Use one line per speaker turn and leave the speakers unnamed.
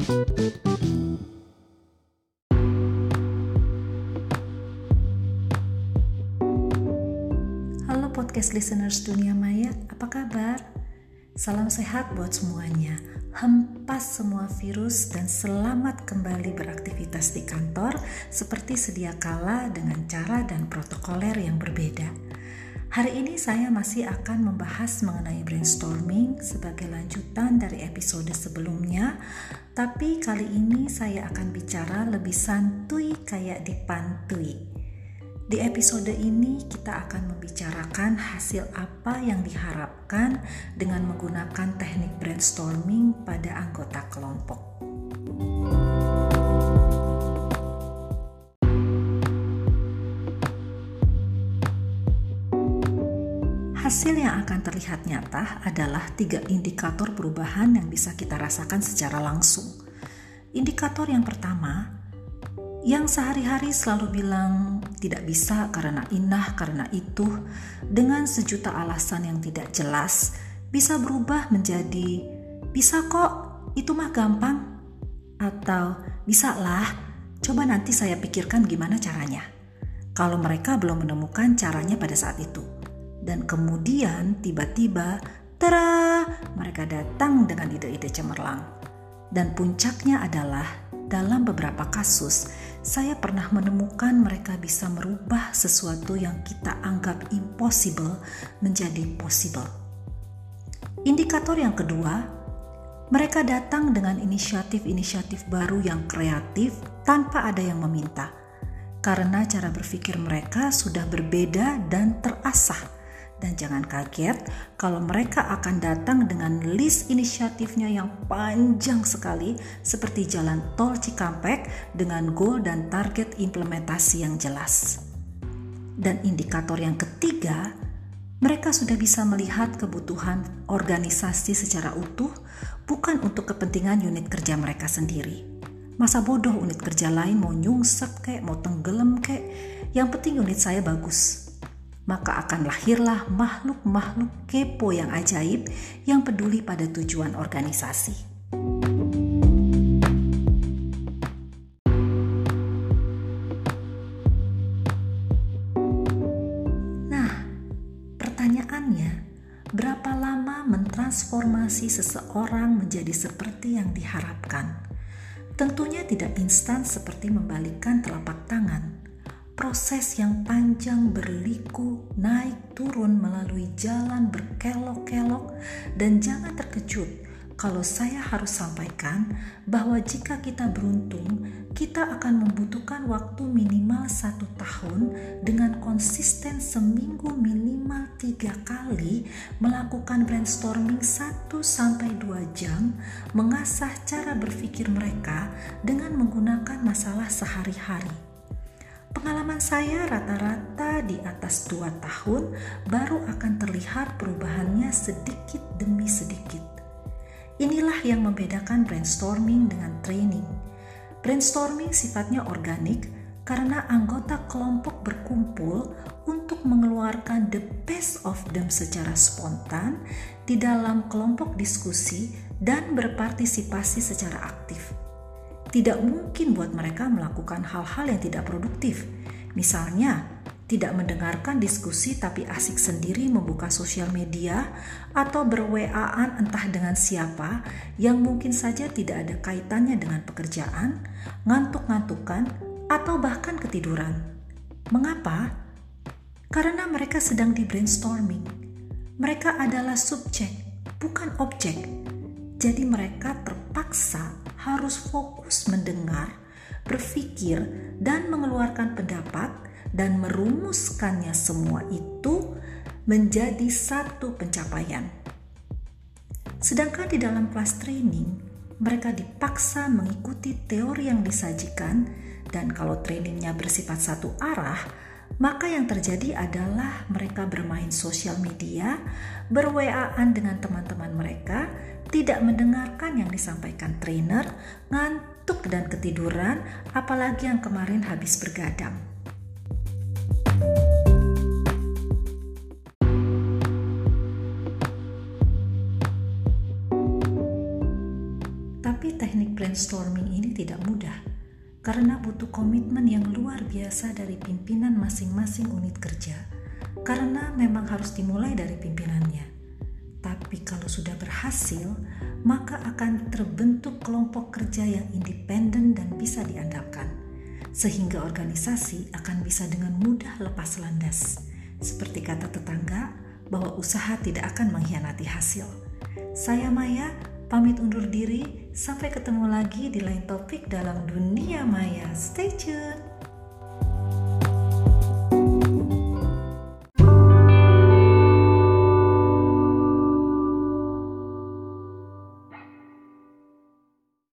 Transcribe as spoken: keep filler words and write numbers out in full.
Halo podcast listeners dunia maya, apa kabar? Salam sehat buat semuanya. Hempas semua virus dan selamat kembali beraktivitas di kantor seperti sedia kala dengan cara dan protokoler yang berbeda. Hari ini saya masih akan membahas mengenai brainstorming sebagai lanjutan dari episode sebelumnya, tapi kali ini saya akan bicara lebih santuy kayak dipantui. Di episode ini kita akan membicarakan hasil apa yang diharapkan dengan menggunakan teknik brainstorming pada anggota kelompok. Hasil yang akan terlihat nyata adalah tiga indikator perubahan yang bisa kita rasakan secara langsung. Indikator yang pertama, yang sehari-hari selalu bilang tidak bisa karena inah, karena itu, dengan sejuta alasan yang tidak jelas, bisa berubah menjadi bisa kok, itu mah gampang, atau bisa lah, coba nanti saya pikirkan gimana caranya. Kalau mereka belum menemukan caranya pada saat itu. Dan kemudian tiba-tiba, tara, mereka datang dengan ide-ide cemerlang. Dan puncaknya adalah, dalam beberapa kasus, saya pernah menemukan mereka bisa merubah sesuatu yang kita anggap impossible menjadi possible. Indikator yang kedua, mereka datang dengan inisiatif-inisiatif baru yang kreatif tanpa ada yang meminta. Karena cara berpikir mereka sudah berbeda dan terasah. Dan jangan kaget kalau mereka akan datang dengan list inisiatifnya yang panjang sekali seperti jalan tol Cikampek dengan goal dan target implementasi yang jelas. Dan indikator yang ketiga, mereka sudah bisa melihat kebutuhan organisasi secara utuh bukan untuk kepentingan unit kerja mereka sendiri. Masa bodoh unit kerja lain mau nyungsep kek, mau tenggelam kek, yang penting unit saya bagus. Maka akan lahirlah makhluk-makhluk kepo yang ajaib yang peduli pada tujuan organisasi. Nah, pertanyaannya, berapa lama mentransformasi seseorang menjadi seperti yang diharapkan? Tentunya tidak instan seperti membalikkan telapak tangan. Proses yang panjang berliku, naik turun melalui jalan berkelok-kelok, dan jangan terkejut kalau saya harus sampaikan bahwa jika kita beruntung, kita akan membutuhkan waktu minimal satu tahun dengan konsisten seminggu minimal tiga kali melakukan brainstorming satu sampai dua jam, mengasah cara berpikir mereka dengan menggunakan masalah sehari-hari. Pengalaman saya rata-rata di atas dua tahun baru akan terlihat perubahannya sedikit demi sedikit. Inilah yang membedakan brainstorming dengan training. Brainstorming sifatnya organik karena anggota kelompok berkumpul untuk mengeluarkan the best of them secara spontan di dalam kelompok diskusi dan berpartisipasi secara aktif. Tidak mungkin buat mereka melakukan hal-hal yang tidak produktif. Misalnya, tidak mendengarkan diskusi tapi asik sendiri membuka sosial media atau ber-W A-an entah dengan siapa yang mungkin saja tidak ada kaitannya dengan pekerjaan, ngantuk-ngantukan, atau bahkan ketiduran. Mengapa? Karena mereka sedang di brainstorming. Mereka adalah subjek, bukan objek. Jadi mereka terpaksa harus fokus mendengar, berpikir, dan mengeluarkan pendapat dan merumuskannya semua itu menjadi satu pencapaian. Sedangkan di dalam kelas training, mereka dipaksa mengikuti teori yang disajikan dan kalau trainingnya bersifat satu arah, maka yang terjadi adalah mereka bermain sosial media, ber-W A-an dengan teman-teman mereka, tidak mendengarkan yang disampaikan trainer, ngantuk dan ketiduran, apalagi yang kemarin habis bergadang. Tapi teknik brainstorming ini tidak mudah karena butuh komitmen yang luar biasa dari pimpinan masing-masing unit kerja, karena memang harus dimulai dari pimpinannya. Tapi kalau sudah berhasil, maka akan terbentuk kelompok kerja yang independen dan bisa diandalkan, sehingga organisasi akan bisa dengan mudah lepas landas. Seperti kata tetangga, bahwa usaha tidak akan mengkhianati hasil. Saya Maya, pamit undur diri. Sampai ketemu lagi di lain topik dalam dunia maya. Stay tune!